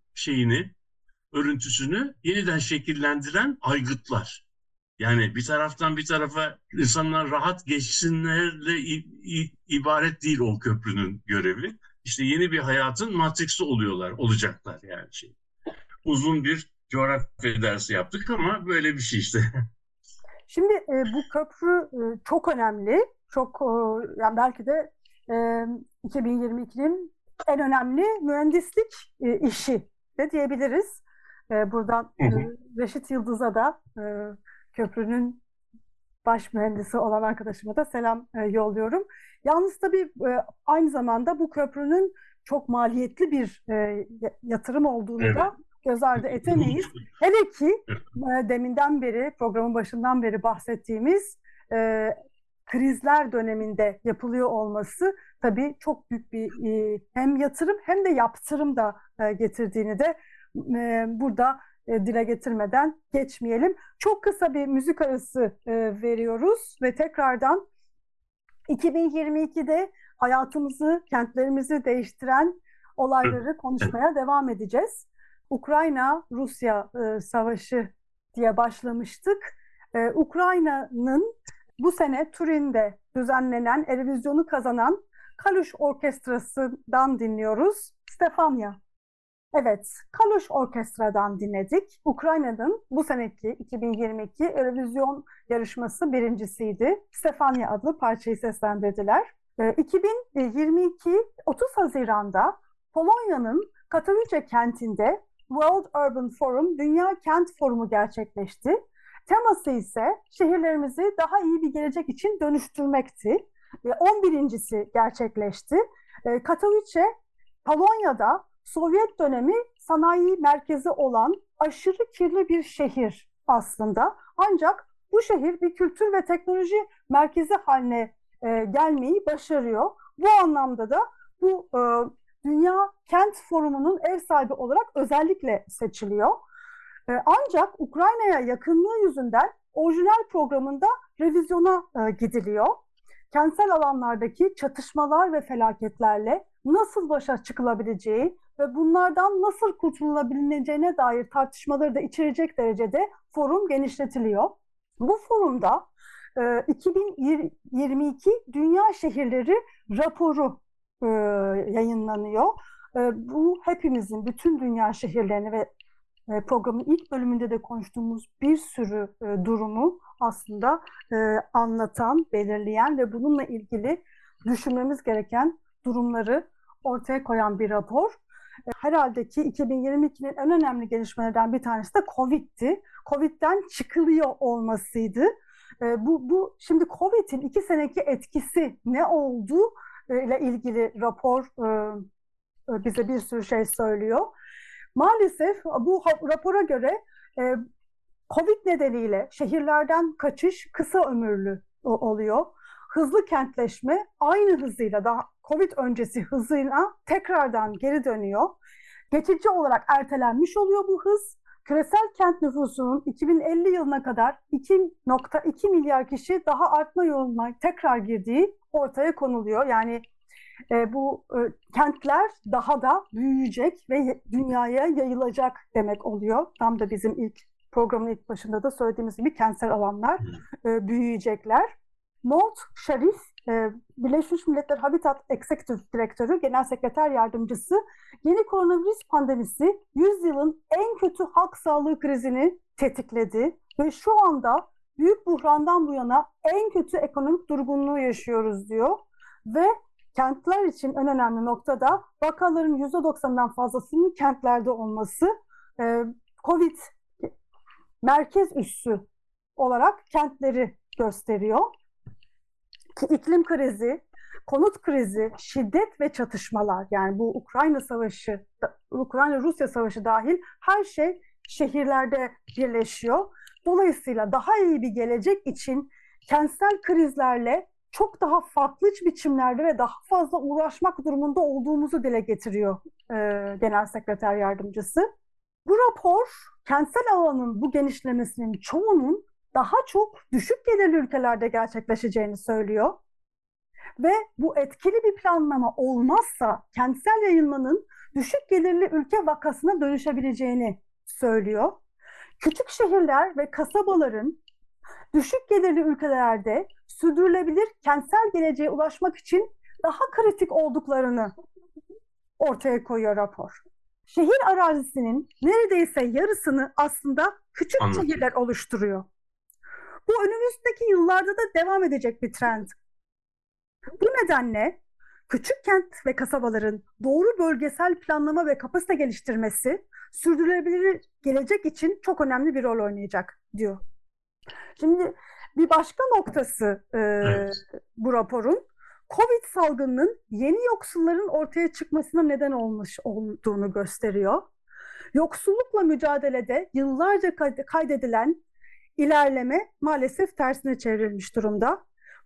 Speaker 4: örüntüsünü yeniden şekillendiren aygıtlar. Yani bir taraftan bir tarafa insanlar rahat geçsinlerle ibaret değil o köprünün görevi. İşte yeni bir hayatın matriksi olacaklar yani şey. Uzun bir coğrafya dersi yaptık ama böyle bir şey işte.
Speaker 3: Şimdi bu köprü çok önemli. Çok yani belki de 2022'nin en önemli mühendislik işi de diyebiliriz. Buradan Reşit Yıldız'a da köprünün baş mühendisi olan arkadaşıma da selam yolluyorum. Yalnız tabii aynı zamanda bu köprünün çok maliyetli bir yatırım olduğunu da göz ardı edemeyiz. Hele ki deminden beri, programın başından beri bahsettiğimiz krizler döneminde yapılıyor olması tabii çok büyük bir hem yatırım hem de yaptırım da getirdiğini de burada dile getirmeden geçmeyelim. Çok kısa bir müzik arası veriyoruz ve tekrardan 2022'de hayatımızı, kentlerimizi değiştiren olayları konuşmaya devam edeceğiz. Ukrayna-Rusya savaşı diye başlamıştık. Ukrayna'nın bu sene Turin'de düzenlenen Eurovision'u kazanan Kalush Orkestrası'ndan dinliyoruz. Stefania. Evet, Kalush Orkestra'dan dinledik. Ukrayna'nın bu seneki 2022 Eurovision yarışması birincisiydi. Stefania adlı parçayı seslendirdiler. 2022 30 Haziran'da Polonya'nın Katowice kentinde World Urban Forum Dünya Kent Forumu gerçekleşti. Teması ise şehirlerimizi daha iyi bir gelecek için dönüştürmekti. 11.'si gerçekleşti. Katowice, Polonya'da Sovyet dönemi sanayi merkezi olan aşırı kirli bir şehir aslında. Ancak bu şehir bir kültür ve teknoloji merkezi haline gelmeyi başarıyor. Bu anlamda da bu Dünya Kent Forumu'nun ev sahibi olarak özellikle seçiliyor. Ancak Ukrayna'ya yakınlığı yüzünden orijinal programında revizyona gidiliyor. Kentsel alanlardaki çatışmalar ve felaketlerle nasıl başa çıkılabileceği ve bunlardan nasıl kurtulabileceğine dair tartışmaları da içerecek derecede forum genişletiliyor. Bu forumda 2022 Dünya Şehirleri raporu yayınlanıyor. Bu hepimizin, bütün dünya şehirlerini ve programın ilk bölümünde de konuştuğumuz bir sürü durumu aslında anlatan, belirleyen ve bununla ilgili düşünmemiz gereken durumları ortaya koyan bir rapor. Herhalde ki 2022'nin en önemli gelişmelerden bir tanesi de Covid'ti. Covid'den çıkılıyor olmasıydı. Bu şimdi Covid'in 2 seneki etkisi ne oldu ile ilgili rapor bize bir sürü şey söylüyor. Maalesef bu rapora göre Covid nedeniyle şehirlerden kaçış kısa ömürlü oluyor. Hızlı kentleşme aynı hızıyla, daha Covid öncesi hızıyla tekrardan geri dönüyor. Geçici olarak ertelenmiş oluyor bu hız. Küresel kent nüfusunun 2050 yılına kadar 2,2 milyar kişi daha artma yoluna tekrar girdiği ortaya konuluyor. Yani bu kentler daha da büyüyecek ve dünyaya yayılacak demek oluyor. Tam da bizim programın ilk başında da söylediğimiz gibi kentsel alanlar büyüyecekler. Maud Sharif, Birleşmiş Milletler Habitat Executive Direktörü, Genel Sekreter Yardımcısı, yeni koronavirüs pandemisi yüzyılın en kötü halk sağlığı krizini tetikledi ve şu anda büyük buhrandan bu yana en kötü ekonomik durgunluğu yaşıyoruz diyor ve kentler için en önemli nokta da vakaların %90'dan fazlasının kentlerde olması. Covid merkez üssü olarak kentleri gösteriyor. İklim krizi, konut krizi, şiddet ve çatışmalar, yani bu Ukrayna Savaşı, Ukrayna-Rusya Savaşı dahil her şey şehirlerde birleşiyor. Dolayısıyla daha iyi bir gelecek için kentsel krizlerle çok daha farklı biçimlerde ve daha fazla uğraşmak durumunda olduğumuzu dile getiriyor Genel Sekreter Yardımcısı. Bu rapor kentsel alanın bu genişlemesinin çoğunun daha çok düşük gelirli ülkelerde gerçekleşeceğini söylüyor. Ve bu etkili bir planlama olmazsa kentsel yayılmanın düşük gelirli ülke vakasına dönüşebileceğini söylüyor. Küçük şehirler ve kasabaların düşük gelirli ülkelerde sürdürülebilir kentsel geleceğe ulaşmak için daha kritik olduklarını ortaya koyuyor rapor. Şehir arazisinin neredeyse yarısını aslında küçük şehirler oluşturuyor. Bu önümüzdeki yıllarda da devam edecek bir trend. Bu nedenle küçük kent ve kasabaların doğru bölgesel planlama ve kapasite geliştirmesi sürdürülebilir gelecek için çok önemli bir rol oynayacak diyor. Şimdi bir başka noktası bu raporun Covid salgınının yeni yoksulların ortaya çıkmasına neden olmuş olduğunu gösteriyor. Yoksullukla mücadelede yıllarca kaydedilen ilerleme maalesef tersine çevrilmiş durumda.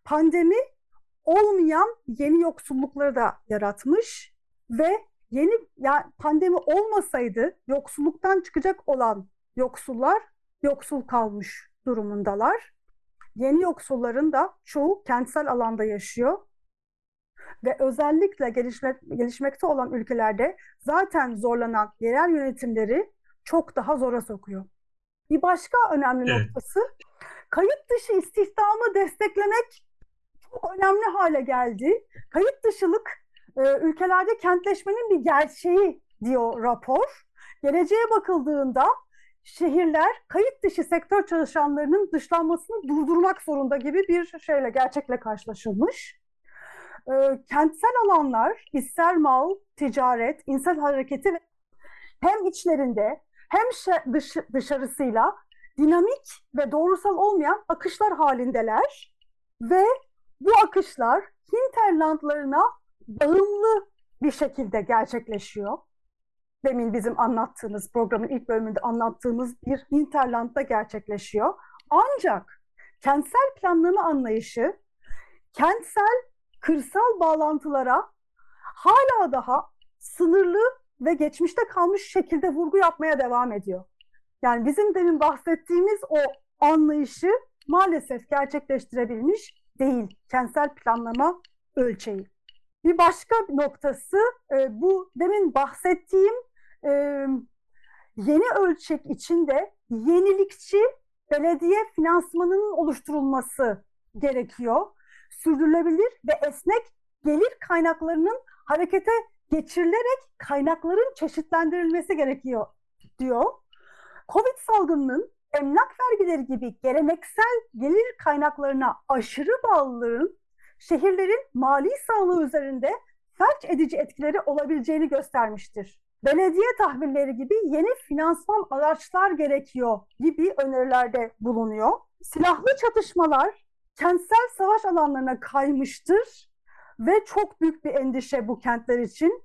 Speaker 3: pandemi olmayan yeni yoksullukları da yaratmış ve yani pandemi olmasaydı yoksulluktan çıkacak olan yoksullar yoksul kalmış durumundalar. Yeni yoksulların da çoğu kentsel alanda yaşıyor ve özellikle gelişmekte olan ülkelerde zaten zorlanan yerel yönetimleri çok daha zora sokuyor. Bir başka önemli noktası, kayıt dışı istihdamı desteklemek çok önemli hale geldi. Kayıt dışılık ülkelerde kentleşmenin bir gerçeği diyor rapor. Geleceğe bakıldığında şehirler kayıt dışı sektör çalışanlarının dışlanmasını durdurmak zorunda gibi bir gerçekle karşılaşılmış. Kentsel alanlar, ister mal, ticaret, insan hareketi hem içlerinde hem dışarısıyla dinamik ve doğrusal olmayan akışlar halindeler ve bu akışlar hinterlandlarına bağımlı bir şekilde gerçekleşiyor. Demin bizim anlattığımız, programın ilk bölümünde anlattığımız bir hinterlandda gerçekleşiyor. Ancak kentsel planlama anlayışı, kentsel kırsal bağlantılara hala daha sınırlı ve geçmişte kalmış şekilde vurgu yapmaya devam ediyor. Yani bizim demin bahsettiğimiz o anlayışı maalesef gerçekleştirebilmiş değil kentsel planlama ölçeği. Bir başka noktası bu demin bahsettiğim yeni ölçek içinde yenilikçi belediye finansmanının oluşturulması gerekiyor. Sürdürülebilir ve esnek gelir kaynaklarının harekete geçirilerek kaynakların çeşitlendirilmesi gerekiyor diyor. Covid salgınının emlak vergileri gibi geleneksel gelir kaynaklarına aşırı bağlılığın şehirlerin mali sağlığı üzerinde felç edici etkileri olabileceğini göstermiştir. Belediye tahvilleri gibi yeni finansman araçlar gerekiyor gibi önerilerde bulunuyor. Silahlı çatışmalar kentsel savaş alanlarına kaymıştır ve çok büyük bir endişe bu kentler için.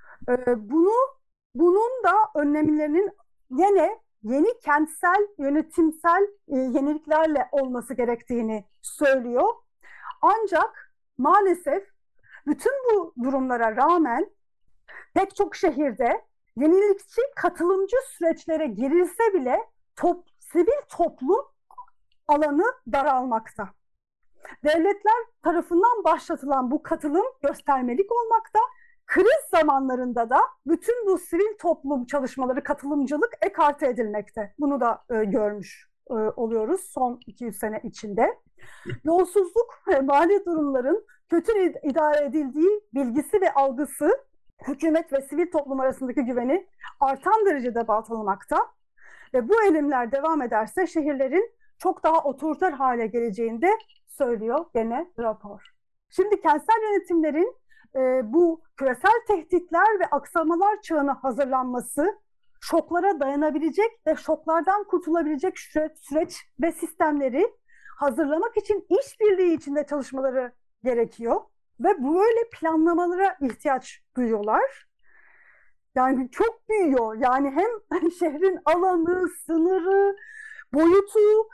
Speaker 3: Bunun da önlemlerinin yeni kentsel yönetimsel yeniliklerle olması gerektiğini söylüyor. Ancak maalesef bütün bu durumlara rağmen pek çok şehirde yenilikçi katılımcı süreçlere girilse bile sivil toplum alanı daralmakta. Devletler tarafından başlatılan bu katılım göstermelik olmakta. Kriz zamanlarında da bütün bu sivil toplum çalışmaları, katılımcılık ekarte edilmekte. Bunu da görmüş oluyoruz son 200 sene içinde. Yolsuzluk ve mali durumların kötü idare edildiği bilgisi ve algısı hükümet ve sivil toplum arasındaki güveni artan derecede baltalamakta. Ve bu eğilimler devam ederse şehirlerin çok daha otoriter hale geleceğini de söylüyor gene rapor. Şimdi kentsel yönetimlerin bu küresel tehditler ve aksamalar çağına hazırlanması, şoklara dayanabilecek ve şoklardan kurtulabilecek süreç ve sistemleri hazırlamak için işbirliği içinde çalışmaları gerekiyor ve böyle planlamalara ihtiyaç duyuyorlar. Yani çok büyüyor. Yani hem şehrin alanı, sınırı, boyutu,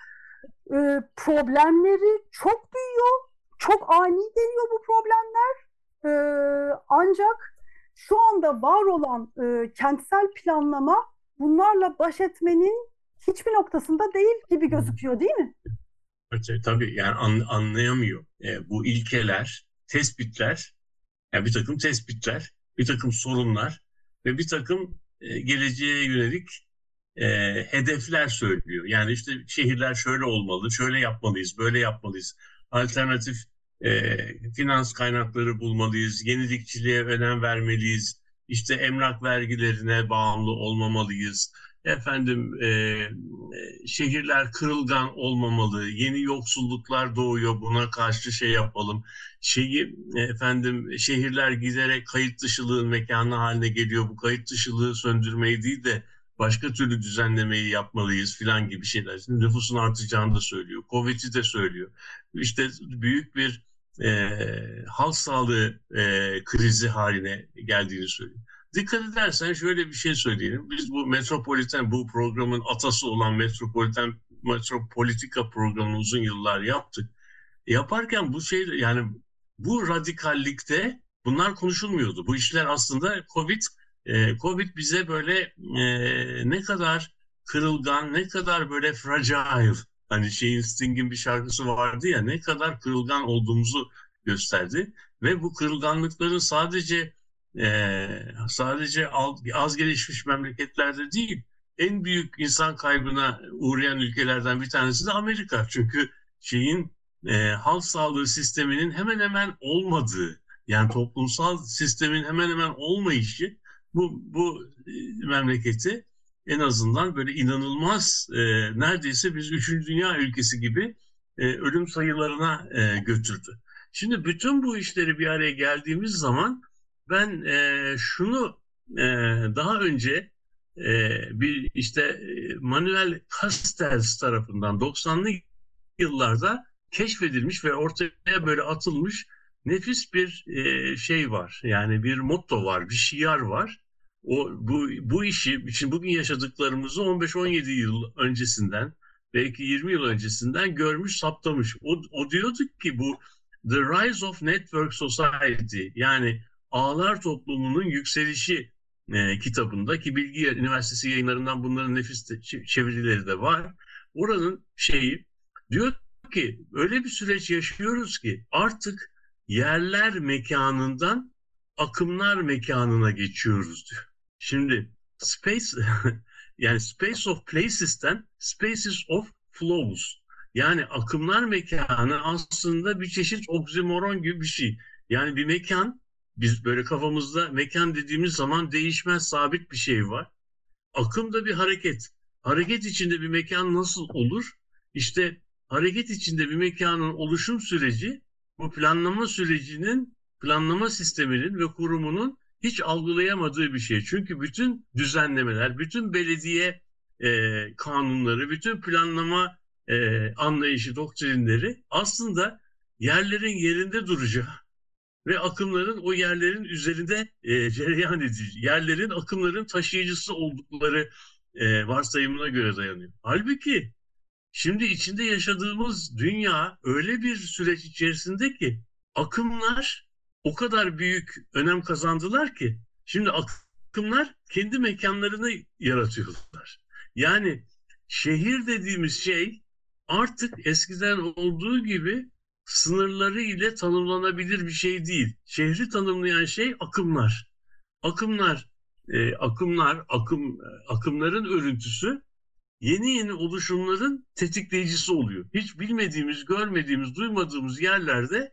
Speaker 3: problemleri çok büyüyor. Çok ani geliyor bu problemler. Ancak şu anda var olan kentsel planlama bunlarla baş etmenin hiçbir noktasında değil gibi gözüküyor, değil mi?
Speaker 4: Tabii yani anlayamıyor. Bu ilkeler, tespitler, yani bir takım tespitler, bir takım sorunlar ve bir takım geleceğe yönelik hedefler söylüyor. Yani işte şehirler şöyle olmalı, şöyle yapmalıyız, böyle yapmalıyız. Alternatif finans kaynakları bulmalıyız, yenilikçiliğe önem vermeliyiz, işte emlak vergilerine bağımlı olmamalıyız. Şehirler kırılgan olmamalı, yeni yoksulluklar doğuyor, buna karşı yapalım. Şehirler giderek kayıt dışılığın mekanı haline geliyor. Bu kayıt dışılığı söndürmeyi değil de başka türlü düzenlemeyi yapmalıyız filan gibi şeyler. Şimdi nüfusun artacağını da söylüyor. Covid'i de söylüyor. İşte büyük bir halk sağlığı krizi haline geldiğini söylüyor. Dikkat edersen şöyle bir şey söyleyelim. Biz bu programın atası olan metropolitika programını uzun yıllar yaptık. Yaparken bu şey, yani bu radikallikte bunlar konuşulmuyordu. Bu işler aslında Covid bize böyle ne kadar kırılgan, ne kadar böyle fragile, hani Sting'in bir şarkısı vardı ya, ne kadar kırılgan olduğumuzu gösterdi. Ve bu kırılganlıkların sadece az gelişmiş memleketlerde değil, en büyük insan kaybına uğrayan ülkelerden bir tanesi de Amerika. Çünkü halk sağlığı sisteminin hemen hemen olmadığı, yani toplumsal sistemin hemen hemen olmayışı memleketi en azından böyle inanılmaz, neredeyse biz 3. Dünya ülkesi gibi ölüm sayılarına götürdü. Şimdi bütün bu işleri bir araya geldiğimiz zaman ben şunu daha önce Manuel Castells tarafından 90'lı yıllarda keşfedilmiş ve ortaya böyle atılmış nefis bir şey var. Yani bir motto var, bir şiar var. Bu işi için bugün yaşadıklarımızı 15-17 yıl öncesinden, belki 20 yıl öncesinden görmüş, saptamış. O diyordu ki bu The Rise of Network Society, yani ağlar toplumunun yükselişi kitabında, ki Bilgi Üniversitesi yayınlarından bunların nefis çevirileri de var. Oranın diyor ki öyle bir süreç yaşıyoruz ki artık yerler mekanından akımlar mekanına geçiyoruz diyor. Şimdi yani Space of Places'ten Spaces of Flows, yani akımlar mekanı aslında bir çeşit oksimoron gibi bir şey. Yani bir mekan, biz böyle kafamızda mekan dediğimiz zaman değişmez, sabit bir şey var. Akım da bir hareket. Hareket içinde bir mekan nasıl olur? İşte hareket içinde bir mekanın oluşum süreci, bu planlama sisteminin ve kurumunun hiç algılayamadığı bir şey. Çünkü bütün düzenlemeler, bütün belediye kanunları, bütün planlama anlayışı, doktrinleri aslında yerlerin yerinde duracağı ve akımların o yerlerin üzerinde cereyan edici, yerlerin akımların taşıyıcısı oldukları varsayımına göre dayanıyor. Halbuki şimdi içinde yaşadığımız dünya öyle bir süreç içerisinde ki akımlar o kadar büyük önem kazandılar ki şimdi akımlar kendi mekanlarını yaratıyorlar. Yani şehir dediğimiz şey artık eskiden olduğu gibi sınırları ile tanımlanabilir bir şey değil. Şehri tanımlayan şey akımlar. Akımların örüntüsü yeni oluşumların tetikleyicisi oluyor. Hiç bilmediğimiz, görmediğimiz, duymadığımız yerlerde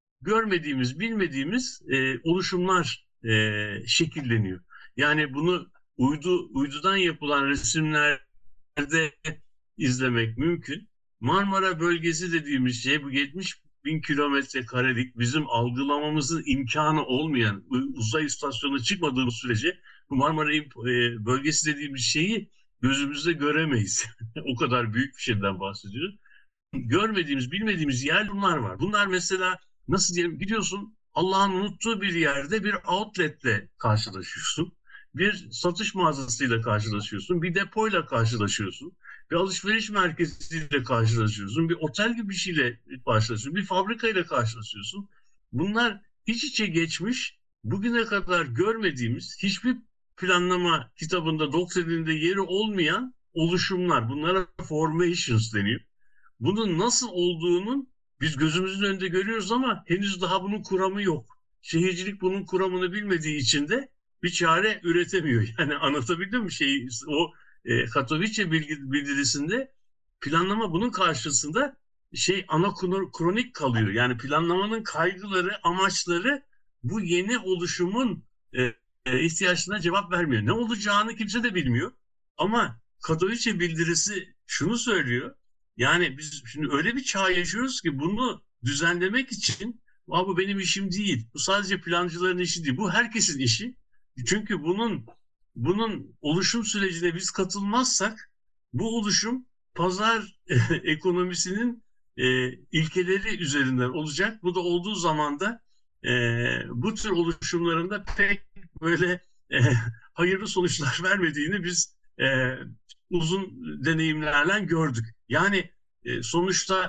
Speaker 4: bilmediğimiz oluşumlar şekilleniyor. Yani bunu uydudan yapılan resimlerde izlemek mümkün. Marmara bölgesi dediğimiz şey, bu 70.000 kilometre karelik bizim algılamamızın imkanı olmayan, uzay istasyonuna çıkmadığımız sürece bu Marmara bölgesi dediğimiz şeyi gözümüzde göremeyiz. O kadar büyük bir şeyden bahsediyoruz. Görmediğimiz, bilmediğimiz yer bunlar var. Bunlar mesela nasıl diyelim, gidiyorsun Allah'ın unuttuğu bir yerde bir outletle karşılaşıyorsun. Bir satış mağazasıyla karşılaşıyorsun. Bir depoyla karşılaşıyorsun. Bir alışveriş merkeziyle karşılaşıyorsun. Bir otel gibi bir şeyle karşılaşıyorsun. Bir fabrikayla karşılaşıyorsun. Bunlar iç içe geçmiş, bugüne kadar görmediğimiz, hiçbir planlama kitabında, doktrininde yeri olmayan oluşumlar. Bunlara formations deniyor. Bunun nasıl olduğunun biz gözümüzün önünde görüyoruz ama henüz daha bunun kuramı yok. Şehircilik bunun kuramını bilmediği için de bir çare üretemiyor. Yani anlatabildim mi şeyi? O Katowice bildirisinde planlama bunun karşısında anakronik kalıyor. Yani planlamanın kaygıları, amaçları bu yeni oluşumun ihtiyaçlarına cevap vermiyor. Ne olacağını kimse de bilmiyor. Ama Katowice bildirisi şunu söylüyor. Yani biz şimdi öyle bir çağ yaşıyoruz ki bunu düzenlemek için bu benim işim değil. Bu sadece plancıların işi değil. Bu herkesin işi. Çünkü bunun oluşum sürecine biz katılmazsak bu oluşum pazar ekonomisinin ilkeleri üzerinden olacak. Bu da olduğu zaman da bu tür oluşumlarında pek böyle hayırlı sonuçlar vermediğini biz uzun deneyimlerle gördük. Yani sonuçta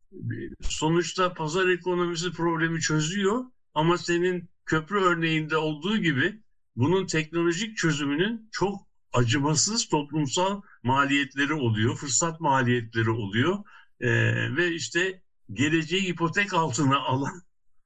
Speaker 4: sonuçta pazar ekonomisi problemi çözüyor ama senin köprü örneğinde olduğu gibi bunun teknolojik çözümünün çok acımasız toplumsal maliyetleri oluyor, fırsat maliyetleri oluyor. Ve işte geleceği ipotek altına alan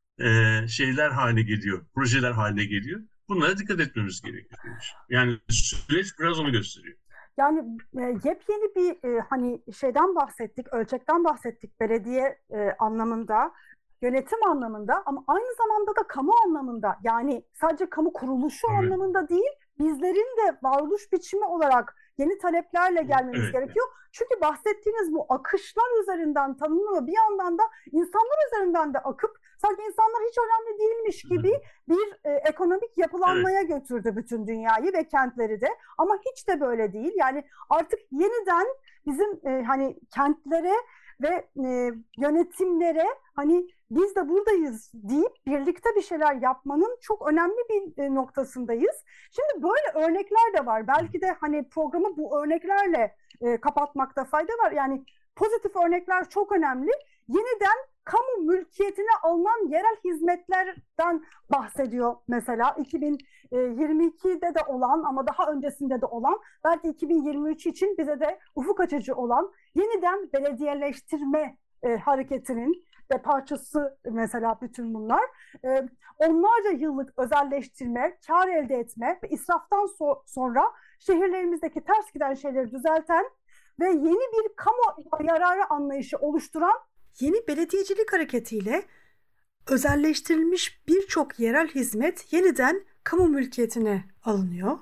Speaker 4: şeyler haline geliyor, projeler haline geliyor. Bunlara dikkat etmemiz gerekiyor. Yani süreç biraz onu gösteriyor.
Speaker 3: Yani yepyeni bir hani şeyden bahsettik, ölçekten bahsettik belediye anlamında, yönetim anlamında ama aynı zamanda da kamu anlamında. Yani sadece kamu kuruluşu
Speaker 4: Evet.
Speaker 3: anlamında değil, bizlerin de varoluş biçimi olarak yeni taleplerle gelmemiz
Speaker 4: Evet.
Speaker 3: gerekiyor. Çünkü bahsettiğiniz bu akışlar üzerinden tanımlanıyor. Bir yandan da insanlar üzerinden de akıp sanki insanlar hiç önemli değilmiş gibi bir ekonomik yapılanmaya götürdü bütün dünyayı ve kentleri de. Ama hiç de böyle değil. Yani artık yeniden bizim hani kentlere ve yönetimlere hani biz de buradayız deyip birlikte bir şeyler yapmanın çok önemli bir noktasındayız. Şimdi böyle örnekler de var. Belki de hani programı bu örneklerle kapatmakta fayda var. Yani pozitif örnekler çok önemli. Yeniden kamu mülkiyetine alınan yerel hizmetlerden bahsediyor mesela 2022'de de olan ama daha öncesinde de olan, belki 2023 için bize de ufuk açıcı olan yeniden belediyeleştirme hareketinin de parçası mesela bütün bunlar. Onlarca yıllık özelleştirme, kar elde etme ve israftan sonra şehirlerimizdeki ters giden şeyleri düzelten ve yeni bir kamu yararı anlayışı oluşturan yeni belediyecilik hareketiyle özelleştirilmiş birçok yerel hizmet yeniden kamu mülkiyetine alınıyor.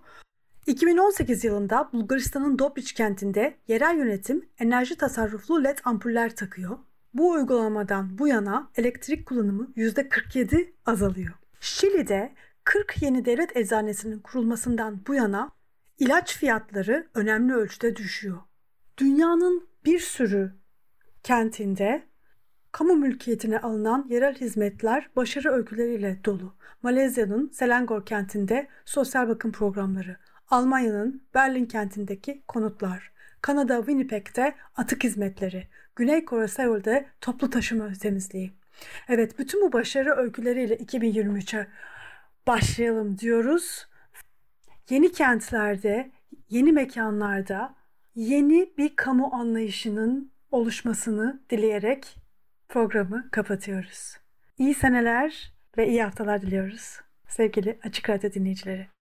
Speaker 3: 2018 yılında Bulgaristan'ın Dobriç kentinde yerel yönetim enerji tasarruflu LED ampuller takıyor. Bu uygulamadan bu yana elektrik kullanımı %47 azalıyor. Şili'de 40 yeni devlet eczanesinin kurulmasından bu yana ilaç fiyatları önemli ölçüde düşüyor. Dünyanın bir sürü kentinde kamu mülkiyetine alınan yerel hizmetler başarı öyküleriyle dolu. Malezya'nın Selangor kentinde sosyal bakım programları, Almanya'nın Berlin kentindeki konutlar, Kanada Winnipeg'te atık hizmetleri, Güney Kore Seul'de toplu taşıma temizliği. Evet, bütün bu başarı öyküleriyle 2023'e başlayalım diyoruz. Yeni kentlerde, yeni mekanlarda yeni bir kamu anlayışının oluşmasını dileyerek programı kapatıyoruz. İyi seneler ve iyi haftalar diliyoruz sevgili Açık Radyo dinleyicileri.